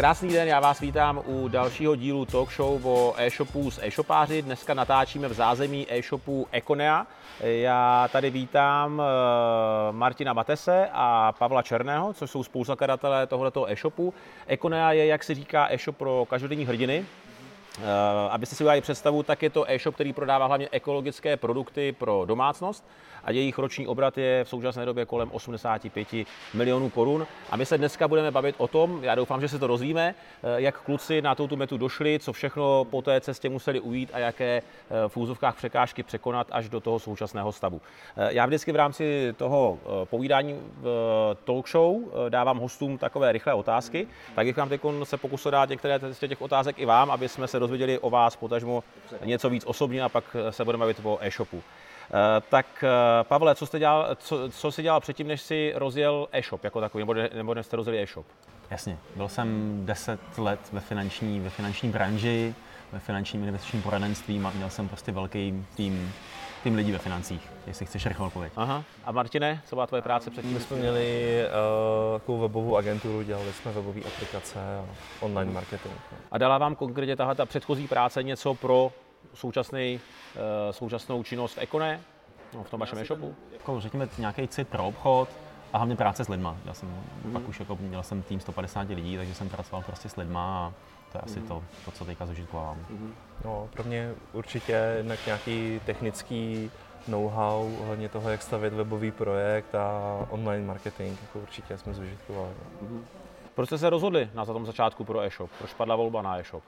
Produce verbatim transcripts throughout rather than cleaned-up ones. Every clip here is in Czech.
Krásný den, já vás vítám u dalšího dílu talk show o e-shopu s e-shopáři. Dneska natáčíme v zázemí e-shopu Econea. Já tady vítám Martina Matese a Pavla Černého, což jsou spoluzakladatelé tohoto e-shopu. Econea je, jak se říká, e-shop pro každodenní hrdiny. Abyste si udělali představu, tak je to e-shop, který prodává hlavně ekologické produkty pro domácnost a jejich roční obrat je v současné době kolem osmdesát pět milionů korun. A my se dneska budeme bavit o tom, já doufám, že se to dozvíme, jak kluci na touto metu došli, co všechno po té cestě museli ujít a jaké v úzovkách překážky překonat až do toho současného stavu. Já vždycky v rámci toho povídání v talk show dávám hostům takové rychlé otázky, tak bych vám teď se pokusil dát některé z těch otázek i vám, aby jsme se dozvěděli o vás, potažmo něco víc osobně a pak se budeme bavit o e-shopu. Tak Pavle, co jste dělal, co, co jsi dělal předtím, než jsi rozjel e-shop jako takový, nebo, nebo než jste rozjeli e-shop? Jasně, byl jsem deset let ve finanční, ve finanční branži, ve finančním investičním poradenství, měl jsem prostě velký tým, tým lidí ve financích, jestli chceš rychle odpovědět. Aha. A Martine, co byla tvoje práce předtím? My jsme měli uh, takovou webovou agenturu, dělali jsme webové aplikace a online marketing. A dala vám konkrétně tahle ta předchozí práce něco pro současný, uh, současnou činnost v Econea, no, v tom vašem e-shopu? Jako, řekněme, nějaký cit pro obchod a hlavně práce s lidma. Já jsem mm. pak už jako, měl jsem tým sto padesát lidí, takže jsem pracoval prostě s lidma a to je asi mm. to, to, co teďka zužitkovávám. Mm. No, pro mě určitě jednak nějaký technický know-how ohledně toho, jak stavět webový projekt a online marketing, jako určitě jsme zužitkovali. Mm. Proč jste se rozhodli na tom začátku pro e-shop? Proč padla volba na e-shop?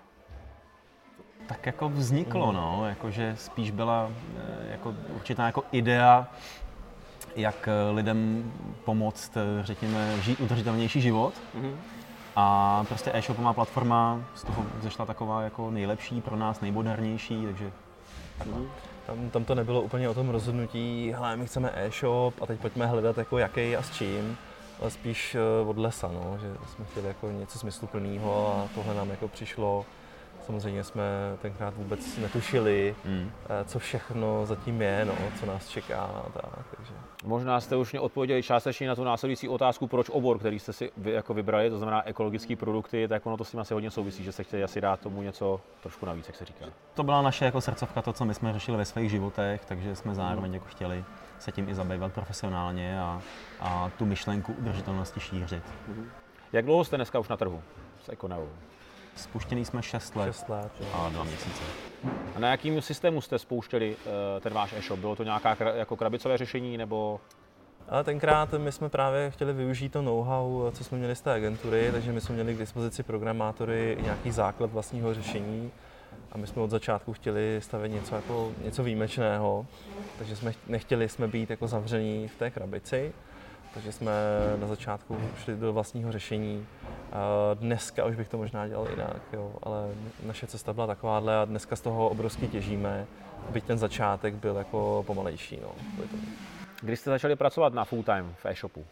Tak jako vzniklo, mm. no, jakože spíš byla jako určitá jako idea, jak lidem pomoct, řekněme, žít udržitelnější život. Mm. A prostě e-shopová platforma z toho zešla taková jako nejlepší pro nás, nejmodernější, takže takhle. Mm. Tam, tam to nebylo úplně o tom rozhodnutí, hele, my chceme e-shop a teď pojďme hledat jako jaký a s čím, ale spíš od lesa, no, že jsme chtěli jako něco smysluplného a tohle nám jako přišlo. Samozřejmě jsme tenkrát vůbec netušili, mm. co všechno zatím je, no, co nás čeká a tak, takže. Možná jste už mě odpověděli částečně na tu následující otázku, proč obor, který jste si vy jako vybrali, to znamená ekologické produkty, tak ono to s tím asi hodně souvisí, že se chtěli asi dát tomu něco trošku navíc, jak se říká. To byla naše jako srdcovka, to, co my jsme řešili ve svých životech, takže jsme zároveň mm. jako chtěli se tím i zabývat profesionálně a, a tu myšlenku udržitelnosti šířit. Mm. Jak dlouho jste dneska už na trhu s Econeou? Spuštěný jsme šest let, šest let a dva měsíce. A na jakým systému jste spouštěli uh, ten váš e-shop? Bylo to nějaká jako krabicové řešení nebo? Ale tenkrát my jsme právě chtěli využít to know-how, co jsme měli z té agentury, takže my jsme měli k dispozici programátory, nějaký základ vlastního řešení a my jsme od začátku chtěli stavět něco, jako, něco výjimečného, takže jsme nechtěli jsme být jako zavření v té krabici. Takže jsme na začátku šli do vlastního řešení. Dneska už bych to možná dělal jinak, jo, ale naše cesta byla takováhle a dneska z toho obrovsky těžíme, byť ten začátek byl jako pomalejší. No. Kdy jste začali pracovat na full time v e-shopu?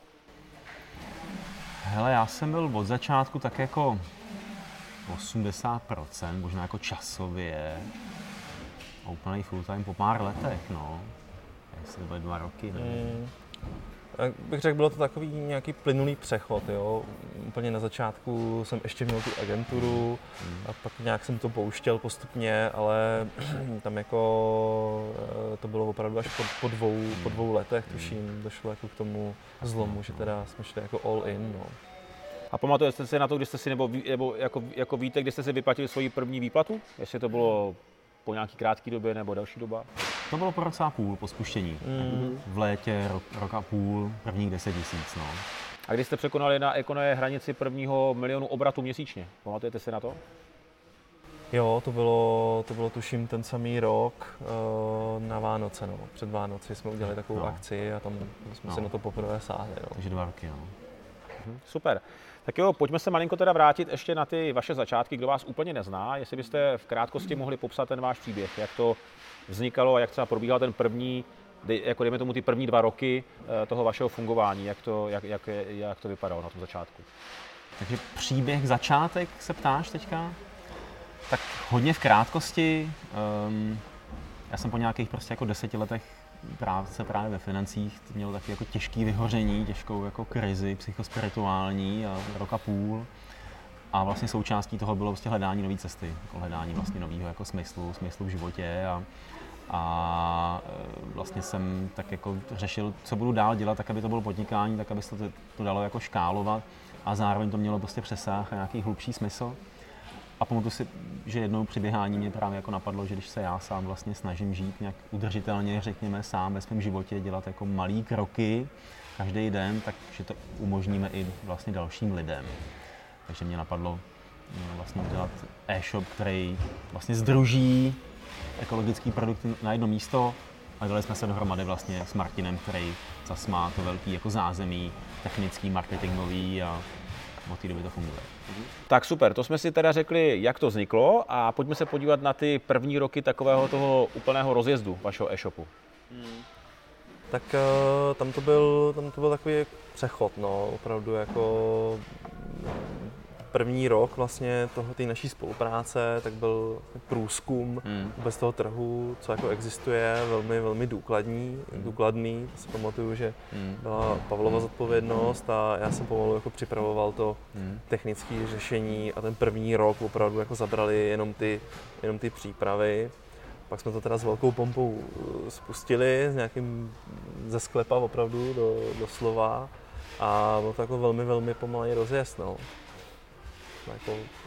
Hele, já jsem byl od začátku tak jako osmdesát procent, možná jako časově, a úplnej full time po pár letech, no. Jestli to byly dva roky, nevím. Mm. Jak bych řekl, bylo to takový nějaký plynulý přechod, jo. Úplně na začátku jsem ještě měl tu agenturu a pak nějak jsem to pouštěl postupně, ale tam jako to bylo opravdu až po, po, dvou, po dvou letech, tuším, došlo jako k tomu zlomu, že teda jsme šli jako all in, no. A pamatujete si na to, kdy jste si, nebo, nebo jako, jako víte, kdy jste si vyplatili svoji první výplatu? Jestli to bylo po nějaký krátké době nebo delší doba? To bylo po roce a půl, po spuštění. Mm. V létě, rok, rok a půl, prvních deset tisíc, no. A když jste překonali na Econea hranici prvního milionu obratu měsíčně, pamatujete si na to? Jo, to bylo, to bylo tuším ten samý rok uh, na Vánoce, no. Před Vánoci jsme udělali takovou no. akci a tam jsme no. si na to poprvé sáhli, no. Takže dva roky, no. Mhm, super. Tak jo, pojďme se malinko teda vrátit ještě na ty vaše začátky, kdo vás úplně nezná. Jestli byste v krátkosti mohli popsat ten váš příběh, jak to vznikalo a jak třeba probíhal ten první, jako dejme tomu ty první dva roky toho vašeho fungování, jak to, jak, jak, jak to vypadalo na tom začátku. Takže příběh, začátek se ptáš teďka? Tak hodně v krátkosti. Um, já jsem po nějakých prostě jako deseti letech práce právě ve financích měl taky jako těžký vyhoření, těžkou jako krizi psychospirituální a rok a půl. A vlastně součástí toho bylo vlastně hledání nové cesty, jako hledání vlastně nového jako smyslu, smyslu v životě a, a vlastně jsem tak jako řešil, co budu dál dělat, tak aby to bylo podnikání, tak aby se to, to dalo jako škálovat a zároveň to mělo prostě přesah a nějaký hlubší smysl. A pamatuju si, že jednou při běhání mě právě jako napadlo, že když se já sám vlastně snažím žít nějak udržitelně, řekněme, sám ve svém životě, dělat jako malý kroky každý den, takže to umožníme i vlastně dalším lidem. Takže mě napadlo vlastně udělat e-shop, který vlastně sdruží ekologický produkty na jedno místo a dali jsme se dohromady vlastně s Martinem, který zase má to velký jako zázemí technický, marketingový a od té doby to funguje. Tak super, to jsme si teda řekli, jak to vzniklo a pojďme se podívat na ty první roky takového toho úplného rozjezdu vašeho e-shopu. Hmm. Tak tam to byl, tam to byl takový přechod, no, opravdu jako první rok vlastně toho té naší spolupráce, tak byl průzkum hmm. vůbec toho trhu, co jako existuje, velmi, velmi důkladní, hmm. důkladný. Si pamatuju, že hmm. byla Pavlova zodpovědnost a já jsem pomalu jako připravoval to hmm. technické řešení a ten první rok opravdu jako zabrali jenom ty, jenom ty přípravy. Pak jsme to teda s velkou pompou spustili, s nějakým ze sklepa opravdu do, do slova a bylo to jako velmi, velmi pomalý rozjezd, no. Jako,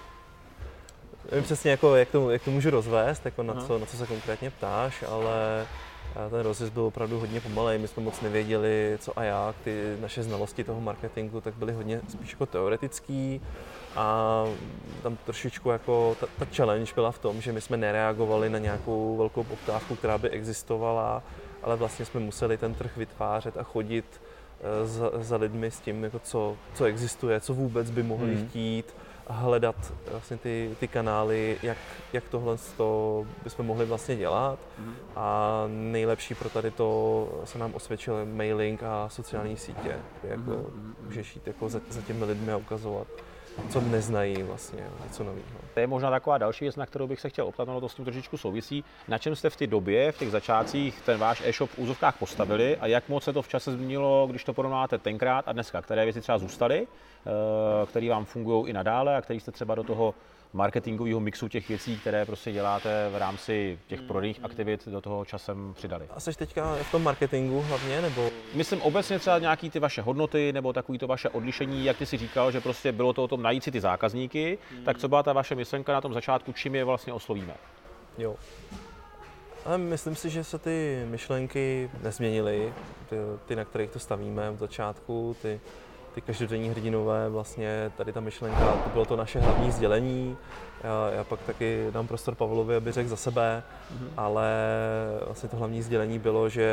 nevím přesně, jako, jak, to, jak to můžu rozvést, jako na, co, na co se konkrétně ptáš, ale ten rozjezd byl opravdu hodně pomalej, my jsme moc nevěděli, co a jak, ty naše znalosti toho marketingu tak byly hodně spíš jako teoretický a tam trošičku jako ta, ta challenge byla v tom, že my jsme nereagovali na nějakou velkou poptávku, která by existovala, ale vlastně jsme museli ten trh vytvářet a chodit za, za lidmi s tím, jako co, co existuje, co vůbec by mohli hmm. chtít, a hledat vlastně ty, ty kanály, jak, jak tohle to bychom mohli vlastně dělat. Mm. A nejlepší pro tady to se nám osvědčil mailing a sociální sítě, kde jako mm. můžeš jít jako za, za těmi lidmi a ukazovat, co neznají vlastně, něco nového. To je možná taková další věc, na kterou bych se chtěl optat, no to s tím trošičku souvisí. Na čem jste v té době, v těch začátcích, ten váš e-shop v úzovkách postavili a jak moc se to v čase změnilo, když to porovnáte tenkrát a dneska? Které věci třeba zůstaly, které vám fungují i nadále a které jste třeba do toho marketingového mixu těch věcí, které prostě děláte v rámci těch prodejních aktivit, do toho časem přidali? A jsi teďka v tom marketingu hlavně, nebo? Myslím obecně třeba nějaký ty vaše hodnoty, nebo takový to vaše odlišení, jak ty si říkal, že prostě bylo to o tom najít si ty zákazníky, hmm. tak co byla ta vaše myšlenka na tom začátku, čím je vlastně oslovíme? Jo. Ale myslím si, že se ty myšlenky nezměnily, ty, ty na kterých to stavíme od začátku, ty ty každodenní hrdinové, vlastně tady ta myšlenka, to bylo to naše hlavní sdělení. Já, já pak taky dám prostor Pavlovi, aby řekl za sebe, mm-hmm. ale vlastně to hlavní sdělení bylo, že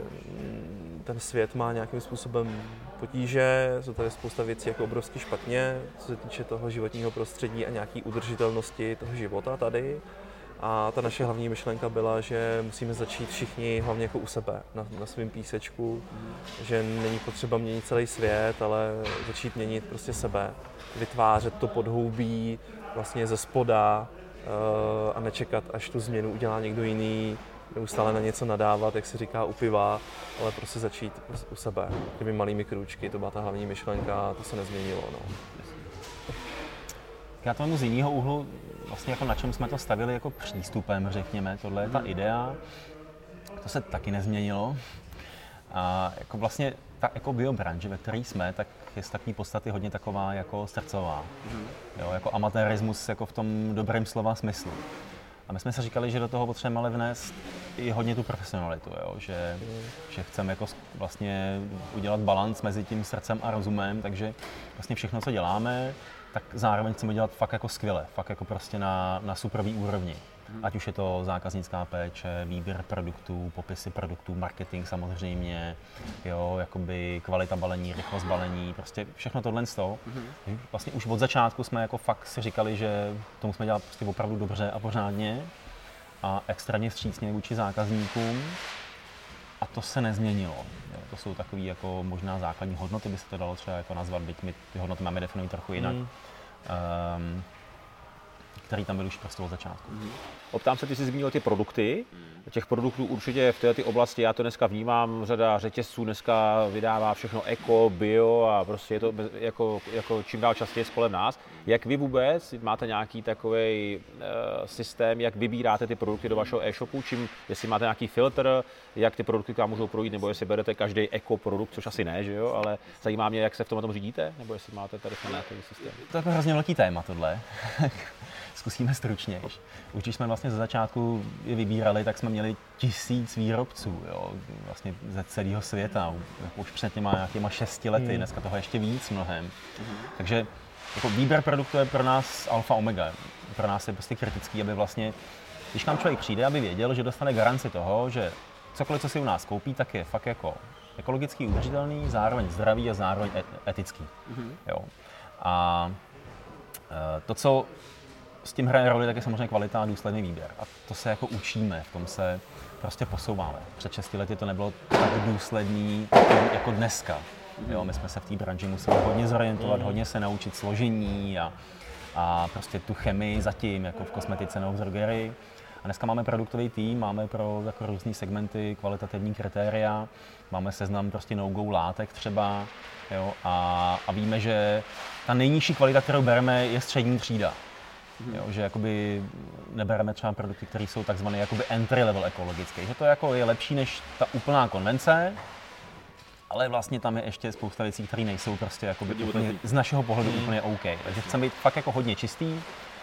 ten svět má nějakým způsobem potíže, jsou tady spousta věcí jako obrovsky špatně, co se týče toho životního prostředí a nějaký udržitelnosti toho života tady. A ta naše hlavní myšlenka byla, že musíme začít všichni hlavně jako u sebe, na, na svém písečku, mm. že není potřeba měnit celý svět, ale začít měnit prostě sebe, vytvářet to podhoubí vlastně ze spoda uh, a nečekat, až tu změnu udělá někdo jiný, neustále na něco nadávat, jak se říká u piva, ale prostě začít u sebe, těmi malými krůčky, to byla ta hlavní myšlenka, to se nezměnilo. No. Já to mám z jiného úhlu, vlastně jako na čem jsme to stavili jako přístupem, řekněme, tohle je ta idea, to se taky nezměnilo. A jako vlastně ta jako biobranže, ve které jsme, tak je z takové podstaty hodně taková jako srdcová. Jo, jako amatérismus jako v tom dobrém slova smyslu. A my jsme si říkali, že do toho potřebujeme ale vnést i hodně tu profesionalitu, jo? Že, že chceme jako vlastně udělat balans mezi tím srdcem a rozumem, takže vlastně všechno, co děláme, tak zároveň chceme dělat fakt jako skvěle, fakt jako prostě na, na superový úrovni. Hmm. Ať už je to zákaznická péče, výběr produktů, popisy produktů, marketing samozřejmě, jo, jakoby kvalita balení, rychlost balení, prostě všechno tohle z toho. Hmm. Vlastně už od začátku jsme jako fakt si říkali, že to musíme dělat prostě opravdu dobře a pořádně a extrémně vstřícně vůči zákazníkům. A to se nezměnilo. Jo, to jsou takové jako možná základní hodnoty, by se to dalo třeba jako nazvat, byť my ty hodnoty máme definovat trochu jinak. Hmm. Um, který tam byl už prostě od začátku. Mm. Optám se, ty jsi zmínil ty produkty. Těch produktů určitě v této oblasti, já to dneska vnímám, řada řetězců dneska vydává všechno eko, bio a prostě je to jako, jako čím dál častěji kolem nás. Jak vy vůbec máte nějaký takový uh, systém, jak vybíráte ty produkty do vašeho e-shopu, čím, jestli máte nějaký filtr, jak ty produkty k vám můžou projít, nebo jestli berete každý eko produkt, což asi ne, že jo, ale zajímá mě, jak se v tom, tom řídíte, nebo jestli máte tady nějaký systém. To je jako hrozně velký téma tohle. Zkusíme stručně. Už když jsme vlastně ze začátku je vybírali, tak jsme měli tisíc výrobců, jo, vlastně ze celého světa, už před těma nějakýma šesti lety, hmm. dneska toho ještě víc mnohem. Hmm. Takže jako výběr produktu je pro nás alfa omega. Pro nás je prostě kritický, aby vlastně, když nám člověk přijde, aby věděl, že dostane garanci toho, že cokoliv, co si u nás koupí, tak je fakt jako ekologicky udržitelný, zároveň zdravý a zároveň etický. Hmm. Jo. A to, co s tím hraje roli, tak je samozřejmě kvalita a důsledný výběr. A to se jako učíme, v tom se prostě posouváme. Před šesti lety to nebylo tak důsledný jako dneska. Jo, my jsme se v té branži museli hodně zorientovat, hodně se naučit složení a, a prostě tu chemii zatím, jako v kosmetice nebo v drogerii. A dneska máme produktový tým, máme pro jako různý segmenty kvalitativní kritéria, máme seznam prostě no-go látek třeba, jo, a, a víme, že ta nejnižší kvalita, kterou bereme, je střední třída. Jo, že jakoby nebereme třeba produkty, které jsou takzvané jakoby entry level ekologické, že to jako je lepší než ta úplná konvence, ale vlastně tam je ještě spousta věcí, které nejsou prostě jakoby úplně, z našeho pohledu mm. úplně OK. Takže chceme být fakt jako hodně čistý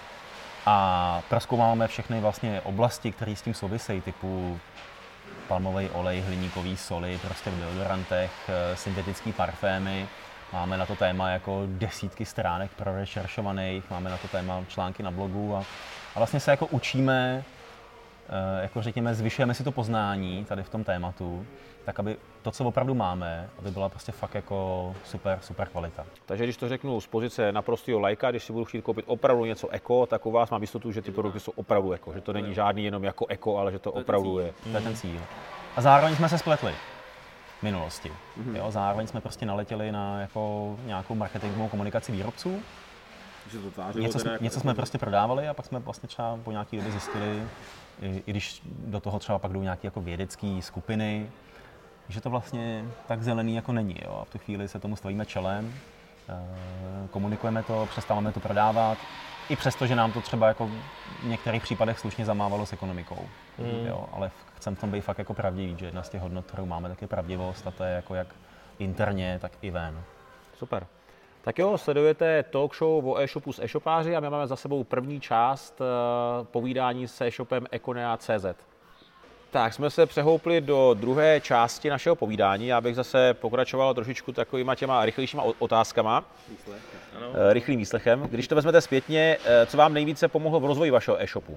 a prozkoumáme všechny vlastně oblasti, které s tím souvisejí, typu palmový olej, hliníkový soli, prostě v deodorantech, syntetický parfémy. Máme na to téma jako desítky stránek prorešeršovaných, máme na to téma články na blogu a, a vlastně se jako učíme, jako řekněme, zvyšujeme si to poznání tady v tom tématu, tak aby to, co opravdu máme, aby byla prostě fakt jako super, super kvalita. Takže když to řeknu z pozice naprostého lajka, když si budu chtít koupit opravdu něco eko, tak u vás mám jistotu, že ty produkty jsou opravdu eko, že to není žádný jenom jako eko, ale že to, to opravdu je. To je ten cíl. A zároveň jsme se spletli. Minulosti. Mm-hmm. Jo, zároveň jsme prostě naletěli na jako nějakou marketingovou komunikaci výrobců. To něco, jsme, jako něco jsme prostě prodávali a pak jsme vlastně třeba po nějaké době zjistili, i, i když do toho třeba pak jdou nějaké jako vědecké skupiny, že to vlastně tak zelený jako není. Jo. A v tu chvíli se tomu stavíme čelem, komunikujeme to, přestáváme to prodávat, i přesto, že nám to třeba jako v některých případech slušně zamávalo s ekonomikou. Mm. Jo, ale chcem v tom být fakt jako pravdivý, že jedna z těch hodnot, kterou máme, tak je pravdivost a to je jako jak interně, tak i ven. Super. Tak jo, sledujete talk show o e-shopu s e-shopáři a my máme za sebou první část uh, povídání s e-shopem ekonea tečka cé zet. Tak jsme se přehoupli do druhé části našeho povídání. Já bych zase pokračoval trošičku takovýma těma rychlejšíma otázkama. Výslech, ano. Rychlým výslechem. Když to vezmete zpětně, co vám nejvíce pomohlo v rozvoji vašeho e-shopu?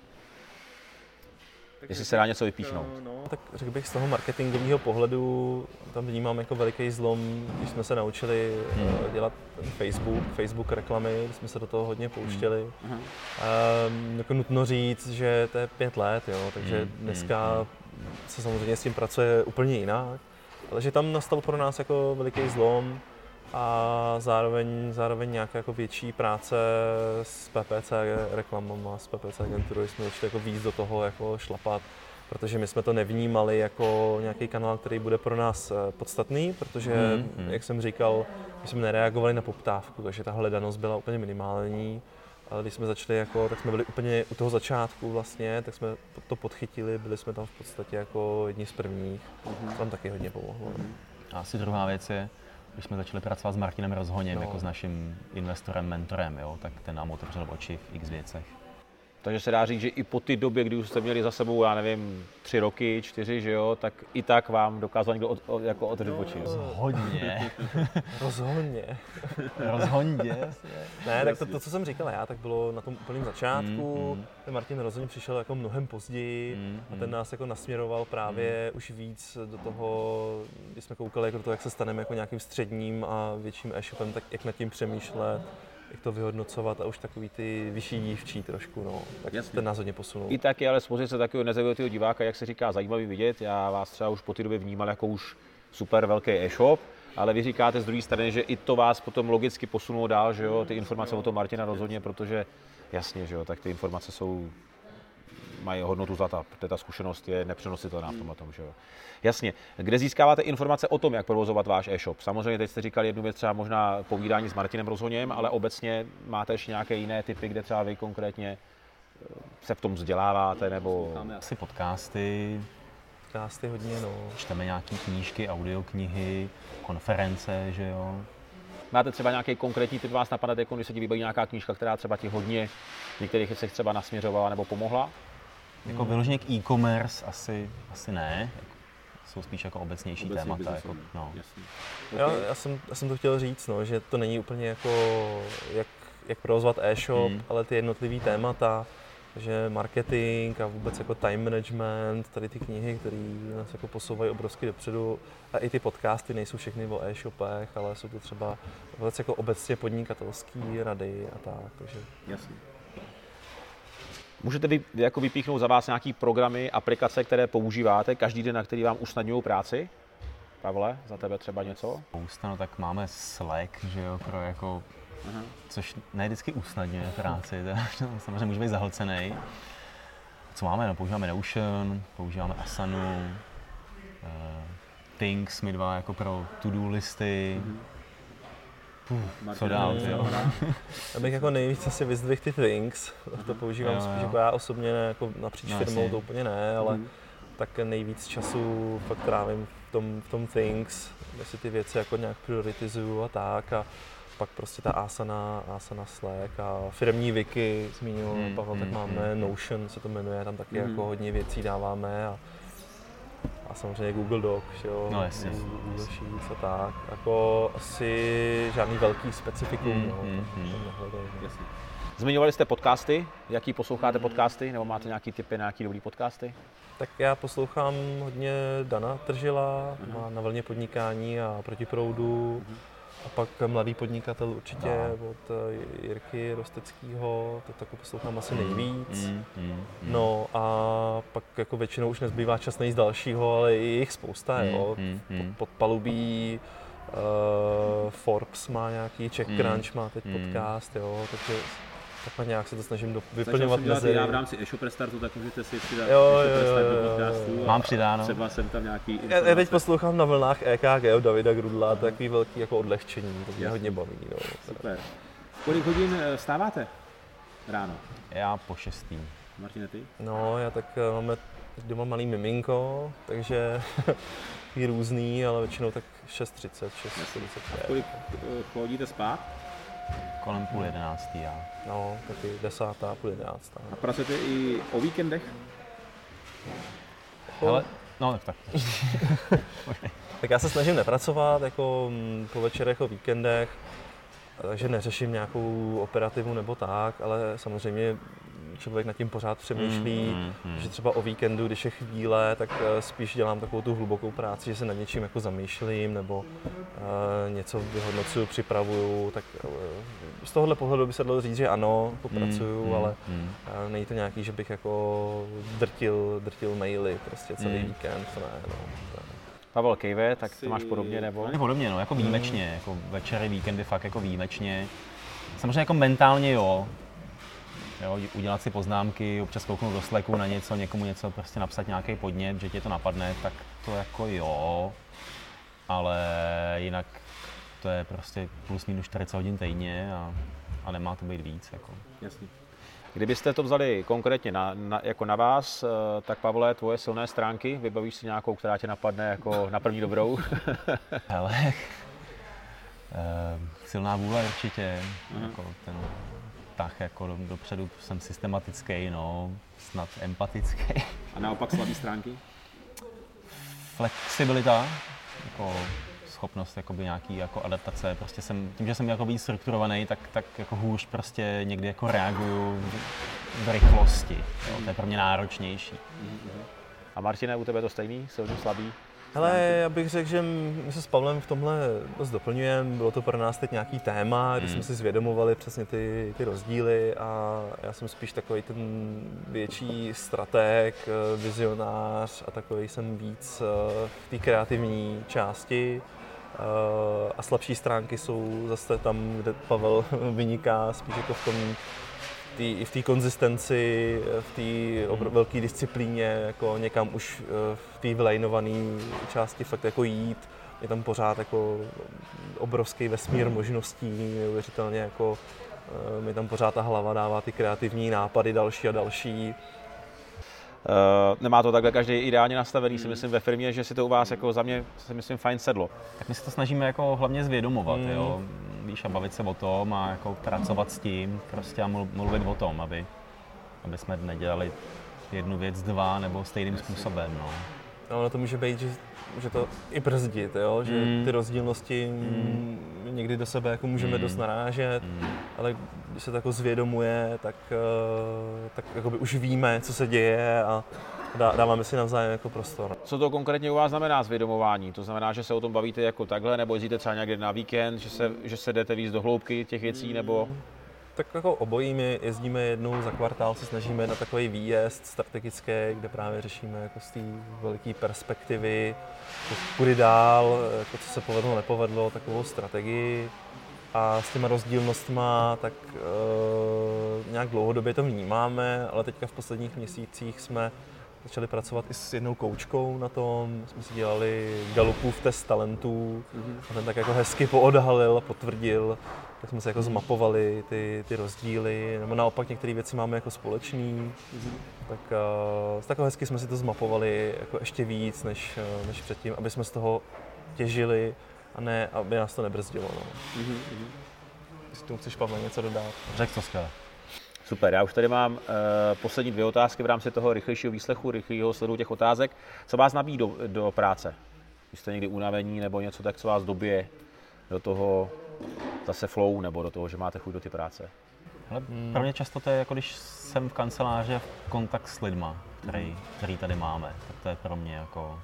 Tak jestli se dá něco vypíchnout. No, tak řekl bych z toho marketingového pohledu, tam vnímám jako veliký zlom, když jsme se naučili hmm. dělat Facebook, Facebook reklamy, jsme se do toho hodně pouštěli. Hmm. Um, jako nutno říct, že to je pět let, jo, takže hmm. dneska se samozřejmě s tím pracuje úplně jinak, ale že tam nastal pro nás jako veliký zlom a zároveň, zároveň nějaká jako větší práce s P P C reklamama, s P P C agenturou, jsme začali jako víc do toho jako šlapat, protože my jsme to nevnímali jako nějaký kanál, který bude pro nás podstatný, protože, mm, jak jsem říkal, my jsme nereagovali na poptávku, takže ta hledanost byla úplně minimální, ale když jsme začali jako, tak jsme byli úplně u toho začátku vlastně, tak jsme to podchytili, byli jsme tam v podstatě jako jedni z prvních, mm. to nám taky hodně pomohlo. Mm. A asi druhá věc je, když jsme začali pracovat s Martinem Rozhoněm, no. jako s naším investorem, mentorem, jo, tak ten nám otevřel oči v x věcech. Takže se dá říct, že i po té době, kdy už jste měli za sebou, já nevím, tři roky, čtyři, že jo, tak i tak vám dokázal někdo od, od, jako otevřít no, oči. Rozhodně. Rozhodně. Rozhodně. Ne, tak to, to, co jsem říkal já, tak bylo na tom úplném začátku. Mm, mm. Ten Martin Rozhodně přišel jako mnohem později mm, a ten nás jako nasměroval právě mm. už víc do toho, když jsme koukali jako do toho, jak se staneme jako nějakým středním a větším e-shopem, tak jak nad tím přemýšlet, jak to vyhodnocovat a už takový ty vyšší dívčí trošku, no, tak Jasně. ten nás hodně posunul. I tak je ale z pozice takového nezajímavého diváka, jak se říká, zajímavý vidět. Já vás třeba už po té době vnímal jako už super velký e-shop, ale vy říkáte z druhé strany, že i to vás potom logicky posunulo dál, že jo, ty informace o tom Martina Rozhodně, protože jasně, že jo, tak ty informace jsou mají hodnotu zlata, protože ta zkušenost je nepřenositelná v tomhle tom, že jo. Jasně. Kde získáváte informace o tom, jak provozovat váš e-shop? Samozřejmě teď jste říkali jednu věc, třeba možná povídání s Martinem Rozhoněm, ale obecně máte ještě nějaké jiné typy, kde třeba vy konkrétně se v tom vzděláváte, nebo... Máme asi podcasty, Podcasty hodně, no. čteme nějaké knížky, audioknihy, konference, že jo. Máte třeba nějaký konkrétní typ, vás napadne, jako když se ti vybaví nějaká knížka, která třeba ti hodně v některých věcech třeba nasměřovala nebo pomohla? Jako vyloženě k e-commerce asi, asi ne. Jsou spíš jako obecnější Obecně témata. Jako, no. Okay. Já, já, jsem, já jsem to chtěl říct, no, že to není úplně jako jak, jak provozovat e-shop, hmm. ale ty jednotlivý témata, že marketing a vůbec jako time management, tady ty knihy, které nás jako posouvají obrovsky dopředu, a i ty podcasty nejsou všechny o e-shopech, ale jsou to třeba vůbec jako obecně podnikatelské rady a tak, takže... Jasně. Můžete vy, jako vypíchnout za vás nějaký programy, aplikace, které používáte každý den, na který vám usnadňují práci? Pavle, za tebe třeba něco? Spousta, no tak máme Slack, že jo, pro jako, aha. Což ne vždycky usnadňuje práci, samozřejmě může být zahlcený. Co máme? No, používáme Notion, používáme Asanu, uh, Things, my dva jako pro to-do listy. Mm-hmm. Puh, co dál, jo? Já bych jako nejvíc asi vyzdvihl ty Things, to používám jo, spíš jo. jako já osobně, ne, jako napříč no, firmou to úplně ne, ale mm. tak nejvíc času fakt trávím v tom, v tom Things, kde si ty věci jako nějak prioritizuju a tak a pak prostě ta Asana, Asana Slack a firmní wiki, zmínil mm, Pavel, mm, tak máme mm, Notion, se to jmenuje, tam taky mm. jako hodně věcí dáváme a a samozřejmě Google Doc, jo, no, jasně. Google Sheets a tak. Jako asi žádný velký specifikum, mm, no, mm, tam, mm. tam nehledám. Zmiňovali jste podcasty, jaký posloucháte podcasty, nebo máte nějaký tipy na nějaký dobrý podcasty? Tak já poslouchám hodně Dana Tržila, uh-huh. má Na vlně podnikání a Proti proudu. Uh-huh. A pak Mladý podnikatel určitě no. od Jirky Rosteckýho, to taky poslouchám asi nejvíc. Mm, mm, mm. No a pak jako většinou už nezbývá čas nejít dalšího, ale je jich spousta, mm, jo. Mm, mm. Podpalubí, uh, Forbes má nějaký, Czech mm, Crunch má teď mm. podcast, jo, takže takhle nějak se to snažím do, vyplňovat mezi... Já v rámci e-shop restartu, tak můžete si přidat jo, e-shop restart do podcastu. Mám přidáno. Třeba jsem tam nějaký informace. Já, já teď poslouchám Na vlnách E K G od Davida Grudla, to je takový velký jako odlehčení, to mě hodně baví. No. Super. Kolik hodin vstáváte ráno? Já po šestý. Martine, ty? No, já tak máme doma malý miminko, takže je různý, ale většinou tak šest třicet, šest čtyřicet pět. Kolik chodíte spát? Kolem půl jedenáctý já. No, taky desátá, půl jedenáctá. A pracujete i o víkendech? Hele, no tak tak. Tak já se snažím nepracovat jako po večerech, o víkendech, takže neřeším nějakou operativu nebo tak, ale samozřejmě člověk nad tím pořád přemýšlí, mm, mm, mm. že třeba o víkendu, když je chvíle, tak spíš dělám takovou tu hlubokou práci, že se nad něčím jako zamýšlím nebo uh, něco vyhodnocuju, připravuju, tak uh, z tohohle pohledu by se dalo říct, že ano, popracuju, mm, ale mm. Uh, není to nějaký, že bych jako drtil, drtil maily prostě celý mm. víkend, to ne, no. To Pavel Kejve, tak to máš podobně, nebo? Podobně, no, jako výjimečně, jako večery, víkendy fakt jako výjimečně. Samozřejmě jako mentálně jo, jo, udělat si poznámky, občas kouknout do Slacku na něco, někomu něco, prostě napsat nějaký podnět, že tě to napadne, tak to jako jo, ale jinak to je prostě plus minus čtyřicet hodin týdně a, a nemá to být víc. Jako. Jasně. Kdybyste to vzali konkrétně na, na, jako na vás, tak Pavle, tvoje silné stránky, vybavíš si nějakou, která tě napadne jako na první dobrou? Hele, uh, silná vůle určitě, uh-huh. jako ten tah jako do, dopředu jsem systematický, no, snad empatický. A naopak slabé stránky? Flexibilita, jako schopnost jakoby nějaký jako adaptace, prostě jsem, tím, že jsem jako víc strukturovaný, tak, tak jako hůř prostě někdy jako reaguju v rychlosti, jo, to je pro mě náročnější. A Martine, u tebe je to stejný, silný, slabý? Hele, já bych řekl, že my se s Pavlem v tomhle dost doplňujeme, bylo to pro nás teď nějaký téma, kdy jsme si zvědomovali přesně ty, ty rozdíly a já jsem spíš takový ten větší stratég, vizionář a takový jsem víc v té kreativní části. A slabší stránky jsou zase tam, kde Pavel vyniká, spíš jako v tom i v té konzistenci, v té hmm. velké disciplíně, jako někam už v té vylajnované části fakt jako jít. Je tam pořád jako obrovský vesmír možností, neuvěřitelně jako mi tam pořád ta hlava dává ty kreativní nápady další a další. Uh, nemá to takhle každý ideálně nastavený, hmm. si myslím ve firmě, že si to u vás jako za mě si myslím fajn sedlo. Tak my se to snažíme jako hlavně zvědomovat, hmm. jo, víš, a bavit se o tom a jako pracovat s tím, prostě a mluvit o tom, aby, aby jsme nedělali jednu věc dva nebo stejným způsobem, no. No, ono to může být, že, že to i brzdit, jo? Že mm. ty rozdílnosti mm. někdy do sebe jako můžeme mm. dost narážet, mm. ale když se to jako zvědomuje, tak, tak jakoby už víme, co se děje a dáváme si navzájem jako prostor. Co to konkrétně u vás znamená zvědomování? To znamená, že se o tom bavíte jako takhle, nebo jezdíte třeba někde na víkend, že se, že se jdete víc do hloubky těch věcí, nebo... Tak jako obojí, my jezdíme jednou za kvartál, se snažíme na takový výjezd strategický, kde právě řešíme jako z té veliké perspektivy, kudy dál, jako co se povedlo, nepovedlo, takovou strategii. A s těma rozdílnostma tak e, nějak dlouhodobě to vnímáme, ale teďka v posledních měsících jsme začali pracovat i s jednou koučkou na tom, jsme si dělali Gallupův test talentů a ten tak jako hezky poodhalil a potvrdil, tak jsme se jako zmapovali ty, ty rozdíly, nebo naopak některé věci máme jako společný, tak uh, tak hezky jsme si to zmapovali jako ještě víc než, než předtím, aby jsme z toho těžili a ne, aby nás to nebrzdilo. No. Mm-hmm. Jestli tomu chceš, Pavle, něco dodat? Řek to skvěle. Super, já už tady mám uh, poslední dvě otázky v rámci toho rychlejšího výslechu, rychlého sledu těch otázek. Co vás nabíjí do, do práce? Když jste někdy unavení nebo něco, tak co vás dobije do toho zase flow nebo do toho, že máte chuť do ty práce? Ale pro mě často to je jako když jsem v kanceláři a v kontakt s lidma, který, který tady máme. Tak to je pro mě jako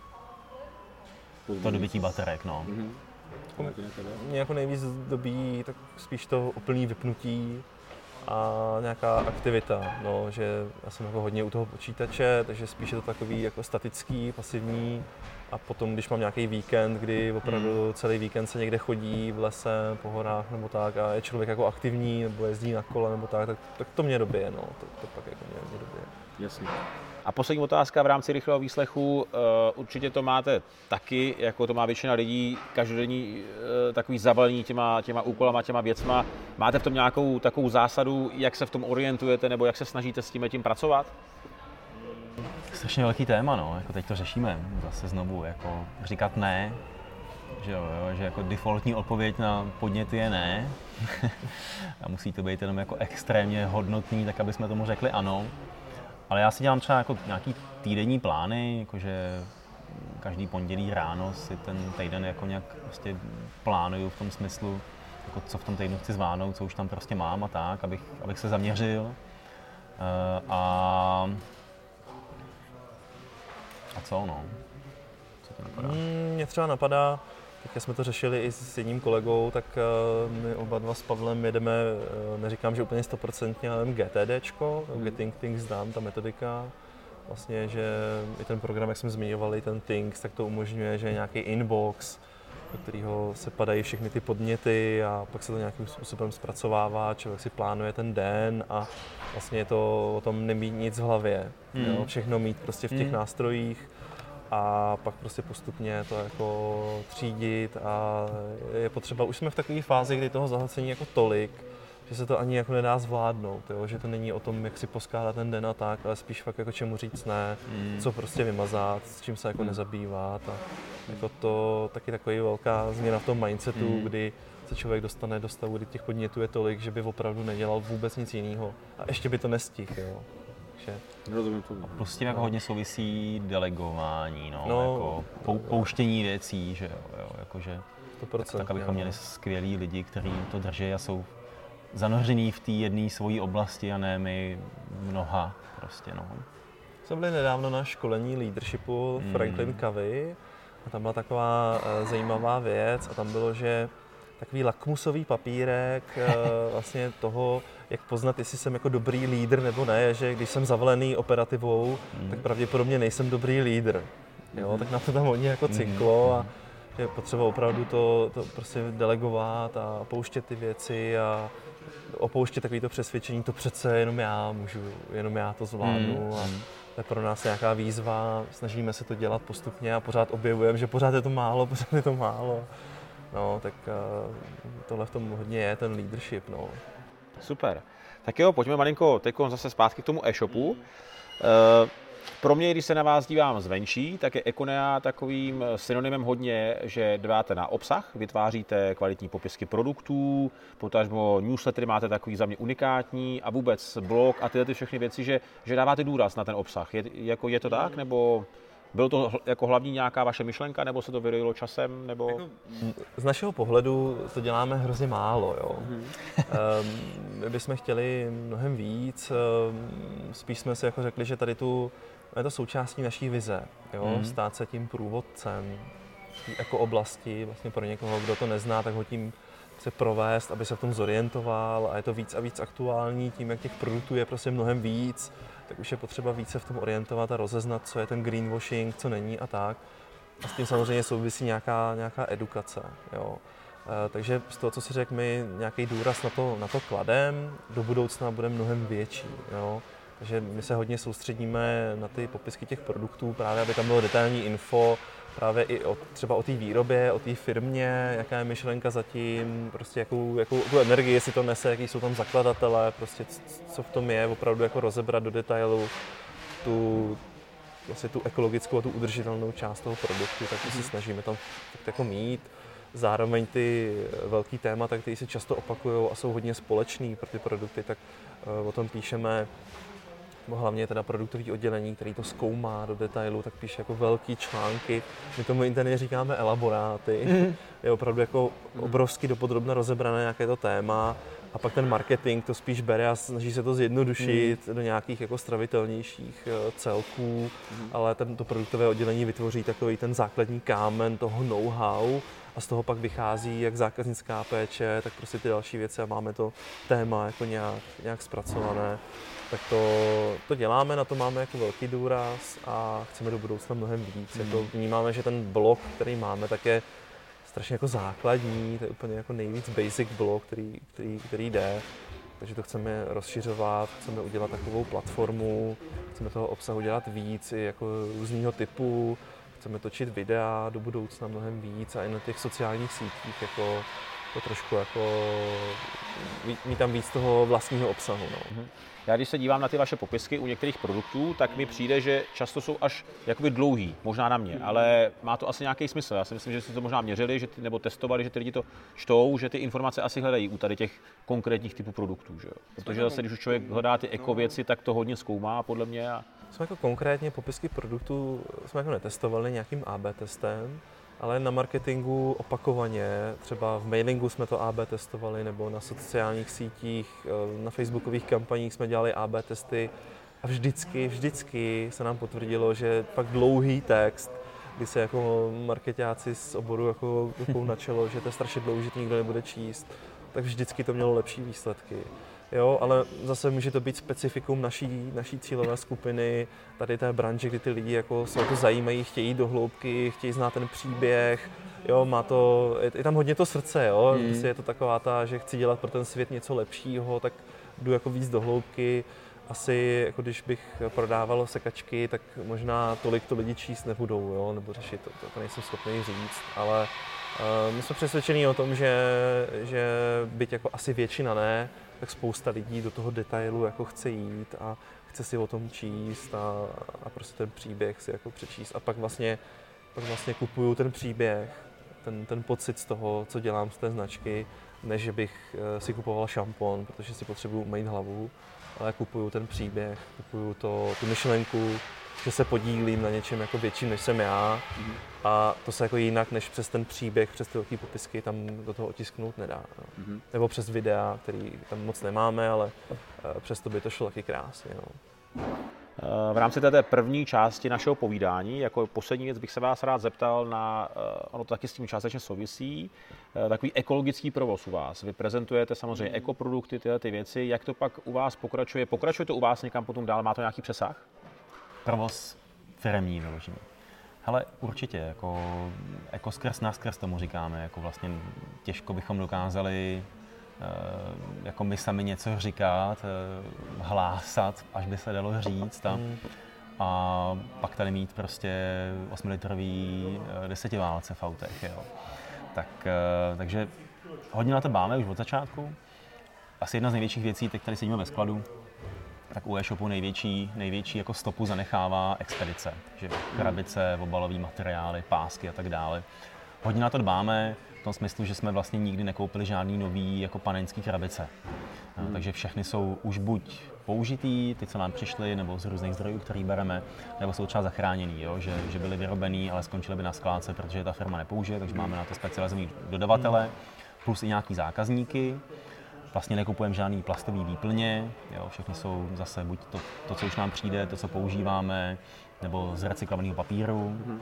to dobytí baterek, no. Mm-hmm. Mě jako nejvíc dobíjí tak spíš to úplný vypnutí a nějaká aktivita, no, že já jsem jako hodně u toho počítače, takže spíš je to takový jako statický, pasivní a potom, když mám nějaký víkend, kdy opravdu celý víkend se někde chodí v lese, po horách nebo tak a je člověk jako aktivní nebo jezdí na kole nebo tak, tak, tak to mě dobije, no, to, to pak jako mě, mě dobije. Jasně. A poslední otázka v rámci rychlého výslechu, uh, určitě to máte taky, jako to má většina lidí, každodenní uh, takový zabalení těma, těma úkolama, těma věcma. Máte v tom nějakou takovou zásadu, jak se v tom orientujete, nebo jak se snažíte s tím tím pracovat? Strašně velký téma, no, jako teď to řešíme zase znovu, jako říkat ne, že jo, jo, že jako defaultní odpověď na podněty je ne a musí to být jenom jako extrémně hodnotný, tak aby jsme tomu řekli ano. Ale já si dělám třeba jako nějaký týdenní plány, jakože každý pondělí ráno si ten týden jako nějak prostě plánuju v tom smyslu, jako co v tom týdnu chci zvládnout, co už tam prostě mám a tak, abych, abych se zaměřil. A, a co no? Co to napadá? Mně třeba napadá, tak jsme to řešili i s jedním kolegou, tak my oba dva s Pavlem jedeme, neříkám, že úplně stoprocentně, ale GTDčko, mm. Getting Things Done, ta metodika. Vlastně, že i ten program, jak jsme zmiňovali, ten Things, tak to umožňuje, že je nějaký inbox, do kterého se padají všechny ty podněty a pak se to nějakým způsobem zpracovává, člověk si plánuje ten den a vlastně je to o tom nemít nic v hlavě, mm. jo? Všechno mít prostě v těch mm. nástrojích. A pak prostě postupně to jako třídit a je potřeba, už jsme v takové fázi, kdy toho zahlcení jako tolik, že se to ani jako nedá zvládnout, jo? Že to není o tom, jak si poskládat ten den a tak, ale spíš fakt jako čemu říct ne, mm. co prostě vymazat, s čím se jako mm. nezabývat a jako to taky takový velká změna v tom mindsetu, mm. kdy se člověk dostane do stavu, kdy těch podnětů je tolik, že by opravdu nedělal vůbec nic jiného a ještě by to nestihl, jo. Rozumím tomu. A plus tím jako hodně souvisí delegování, no, no jako pou, pouštění věcí, že jo, jo jakože tak, tak abychom měli skvělí lidi, kteří to drží a jsou zanořený v té jedné svojí oblasti a ne my mnoha prostě, no. Jsme byli nedávno na školení leadershipu mm. Franklin Covey a tam byla taková uh, zajímavá věc a tam bylo, že takový lakmusový papírek vlastně toho, jak poznat, jestli jsem jako dobrý lídr nebo ne, že když jsem zavalený operativou, mm. tak pravděpodobně nejsem dobrý lídr. Jo, mm. tak na to tam hodně jako cinklo a že je potřeba opravdu to, to prostě delegovat a pouštět ty věci a opouštět takovýto přesvědčení, to přece jenom já můžu, jenom já to zvládnu mm. a to je pro nás nějaká výzva, snažíme se to dělat postupně a pořád objevujeme, že pořád je to málo, pořád je to málo. No, tak uh, tohle v tom hodně je, ten leadership, no. Super. Tak jo, pojďme malinko teď zase zpátky k tomu e-shopu. Uh, Pro mě, když se na vás dívám zvenčí, tak je Econea takovým synonymem hodně, že dbáte na obsah, vytváříte kvalitní popisky produktů, potažmo newslettery máte takový za mě unikátní a vůbec blog a tyhle ty všechny věci, že, že dáváte důraz na ten obsah. Je, jako, je to tak, nebo bylo to jako hlavní nějaká vaše myšlenka, nebo se to vyrojilo časem, nebo... Jako, z našeho pohledu to děláme hrozně málo, jo. Mm-hmm. My bychom chtěli mnohem víc, spíš jsme si jako řekli, že tady tu je to součástí naší vize, jo, mm. stát se tím průvodcem v jako oblasti, vlastně pro někoho, kdo to nezná, tak ho tím chce provést, aby se v tom zorientoval a je to víc a víc aktuální, tím, jak těch produktů je prostě mnohem víc, tak už je potřeba více v tom orientovat a rozeznat, co je ten greenwashing, co není a tak. A s tím samozřejmě souvisí nějaká, nějaká edukace, jo. E, takže z toho, co si řekl, my nějaký důraz na to, na to kladem, do budoucna bude mnohem větší, jo. Takže my se hodně soustředíme na ty popisky těch produktů, právě aby tam bylo detailní info, právě i o, třeba o té výrobě, o té firmě, jaká je myšlenka zatím, prostě jakou, jakou tu energii si to nese, jaký jsou tam zakladatelé, prostě co v tom je, opravdu jako rozebrat do detailu tu, vlastně tu ekologickou a tu udržitelnou část toho produktu, tak si snažíme tam tak jako mít. Zároveň ty velký témata, které se často opakují a jsou hodně společný pro ty produkty, tak o tom píšeme. Hlavně teda produktový oddělení, který to zkoumá do detailu, tak píše jako velký články. My tomu interně říkáme elaboráty. Mm. Je opravdu jako obrovsky dopodrobna rozebrané nějaké to téma. A pak ten marketing to spíš bere a snaží se to zjednodušit mm. do nějakých jako stravitelnějších celků. Mm. Ale ten, to produktové oddělení vytvoří takový ten základní kámen toho know-how. A z toho pak vychází jak zákaznická péče, tak prostě ty další věci a máme to téma jako nějak, nějak zpracované. Tak to, to děláme, na to máme jako velký důraz a chceme do budoucna mnohem víc. Mm. Jako vnímáme, že ten blog, který máme, tak je strašně jako základní, to je úplně jako nejvíc basic blog, který, který, který jde. Takže to chceme rozšiřovat, chceme udělat takovou platformu, chceme toho obsahu dělat víc, i jako různýho typu. Chceme točit videa do budoucna mnohem víc a i na těch sociálních sítích jako to trošku jako mít tam víc toho vlastního obsahu. No. Já když se dívám na ty vaše popisky u některých produktů, tak mi přijde, že často jsou až jakoby dlouhý, možná na mě, ale má to asi nějaký smysl. Já si myslím, že jste to možná měřili, že ty, nebo testovali, že ty lidi to čtou, že ty informace asi hledají u tady těch konkrétních typů produktů, že jo? Protože zase, když už člověk hledá ty eko věci, tak to hodně zkoumá podle mě. A... Jsme jako konkrétně popisky produktů jsme jako netestovali nějakým á bé testem, ale na marketingu opakovaně, třeba v mailingu jsme to á bé testovali, nebo na sociálních sítích, na facebookových kampaních jsme dělali á bé testy a vždycky, vždycky se nám potvrdilo, že pak dlouhý text, kdy se jako marketáci z oboru jako, jako načelo, že to je strašně dlouhý, že to nikdo nebude číst, tak vždycky to mělo lepší výsledky. Jo, ale zase může to být specifikum naší, naší cílové skupiny, tady té branže, kdy ty lidi jako se o to zajímají, chtějí jít do hloubky, chtějí znát ten příběh, jo, má to, je, je tam hodně to srdce, jo, mm. je to taková ta, že chci dělat pro ten svět něco lepšího, tak jdu jako víc do hloubky. Asi, jako když bych prodával sekačky, tak možná tolik to lidi číst nebudou, jo, nebo řešit, to, to, to nejsem schopný říct, ale uh, my jsme přesvědčení o tom, že, že byť jako asi většina ne, tak spousta lidí do toho detailu jako chce jít a chce si o tom číst a, a prostě ten příběh si jako přečíst a pak vlastně, pak vlastně kupuju ten příběh, ten, ten pocit z toho, co dělám z té značky, než že bych si kupoval šampon, protože si potřebuju mít hlavu, ale kupuju ten příběh, kupuju to, tu myšlenku, že se podílím na něčem jako větším, než jsem já. Mm. A to se jako jinak, než přes ten příběh, přes ty velké popisky tam do toho otisknout nedá. No. Mm. Nebo přes videa, který tam moc nemáme, ale přesto by to šlo taky krásně. No. V rámci té první části našeho povídání, jako poslední věc bych se vás rád zeptal na, ono to taky s tím částečně souvisí, takový ekologický provoz u vás. Vy prezentujete samozřejmě ekoprodukty, tyhle ty věci, jak to pak u vás pokračuje? Pokračuje to u vás někam potom dál? Má to nějaký přesah? Provoz firemní vyložený. Hele, určitě, jako, jako skrz nás skrz tomu říkáme, jako vlastně těžko bychom dokázali jako my sami něco říkat, hlásat, až by se dalo říct. A, a pak tady mít prostě osmilitrový desetiválce v autech. Jo. Tak, takže hodně na to máme už od začátku. Asi jedna z největších věcí, teď tady sedíme ve skladu, tak u e-shopu největší, největší jako stopu zanechává expedice. Že krabice, obalové materiály, pásky a tak dále. Hodně na to dbáme, v tom smyslu, že jsme vlastně nikdy nekoupili žádný nový jako panenský krabice. No, takže všechny jsou už buď použitý, ty, co nám přišly, nebo z různých zdrojů, který bereme, nebo jsou třeba zachráněný, jo? Že, že byly vyrobený, ale skončily by na skládce, protože ta firma nepoužije, takže máme na to specializovaný dodavatele, plus i nějaký zákazníky. Vlastně nekupujeme žádný plastový výplně, jo? Všechny jsou zase buď to, to, co už nám přijde, to, co používáme, nebo z recyklovaného papíru. Mm.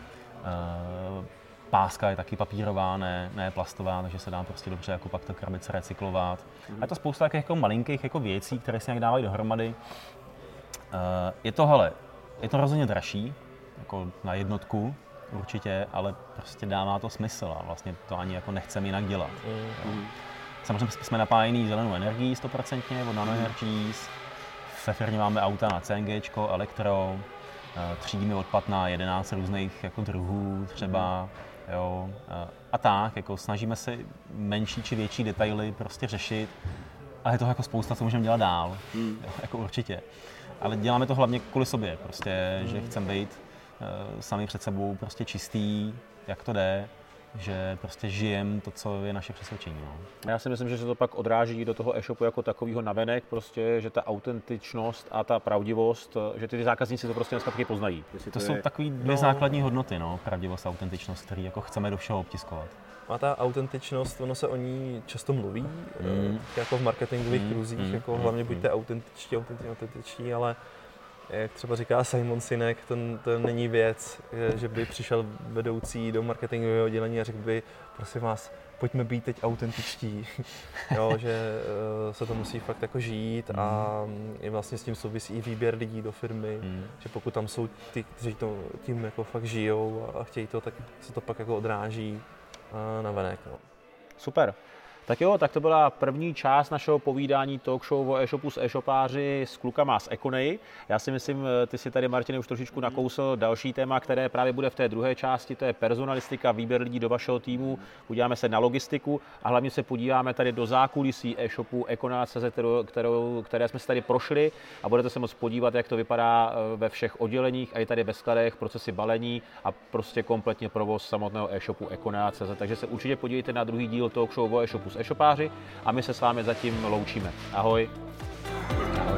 Uh, Páska je taky papírová, ne, ne plastová, takže se dá prostě dobře jako pak to krabice recyklovat. Mm. A je to spousta takových jako malinkých jako věcí, které se nějak dávají dohromady. Uh, je to, hele, je to rozhodně dražší, jako na jednotku určitě, ale prostě dává to smysl a vlastně to ani jako nechceme jinak dělat. Mm. Samozřejmě jsme napájení zelenou energií stoprocentně od Nano Energies. Ve firmě máme auta na CNGčko, elektro, třídíme odpad na jedenáct různých jako druhů třeba. Jo, a tak, jako snažíme se menší či větší detaily prostě řešit a je toho jako spousta, co můžeme dělat dál, mm. jo, jako určitě. Ale děláme to hlavně kvůli sobě, prostě, mm. že chceme být uh, sami před sebou prostě čistý, jak to jde, že prostě žijeme to, co je naše přesvědčení. No. Já si myslím, že se to pak odráží do toho e-shopu jako takového navenek, prostě, že ta autentičnost a ta pravdivost, že ty zákazníci to prostě dneska taky poznají. To, to jsou je... takové dvě no. základní hodnoty, no, pravdivost a autentičnost, které jako chceme do všeho obtiskovat. A ta autentičnost, ono se o ní často mluví, mm. jako v marketingových mm. kruzích, mm. jako hlavně buďte autentičtí, autentičtí, autentičtí, ale jak třeba říká Simon Sinek, to, to není věc, že by přišel vedoucí do marketingového oddělení a řekl by, prosím vás, pojďme být teď autentičtí, jo, že uh, se to musí fakt jako žít mm. a i vlastně s tím souvisí i výběr lidí do firmy, mm. že pokud tam jsou ty, kteří to tím jako fakt žijou a chtějí to, tak se to pak jako odráží uh, na venek. No. Super. Tak jo, tak to byla první část našeho povídání talk show o e-shopu s e-shopáři s klukama z Econej. Já si myslím, ty si tady, Martine, už trošičku nakousl další téma, které právě bude v té druhé části, to je personalistika, výběr lidí do vašeho týmu, podíváme se na logistiku a hlavně se podíváme tady do zákulisí e-shopu Econea tečka cz, kterou, které jsme se tady prošli a budete se moct podívat, jak to vypadá ve všech odděleních a i tady ve skladech, procesy balení a prostě kompletně provoz samotného e-shopu Econea tečka cz. Takže se určitě podívejte na druhý díl talk show o e-shopu s e-shopáři a my se s vámi zatím loučíme. Ahoj. Ahoj.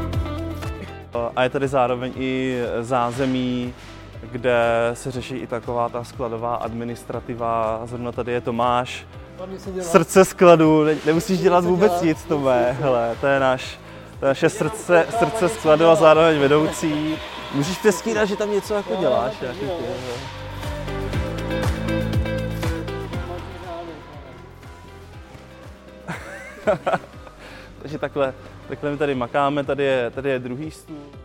A je tady zároveň i zázemí, kde se řeší i taková ta skladová administrativa. Zrovna tady je Tomáš, srdce skladu, ne, nemusíš dělat vůbec nic, Tome. Hele, to je náš, to je naše srdce, srdce skladu a zároveň vedoucí. Můžeš přestírat, že tam něco jako děláš? Nějaký ty, Takže takhle, takhle my tady makáme, tady je, tady je druhý stůl.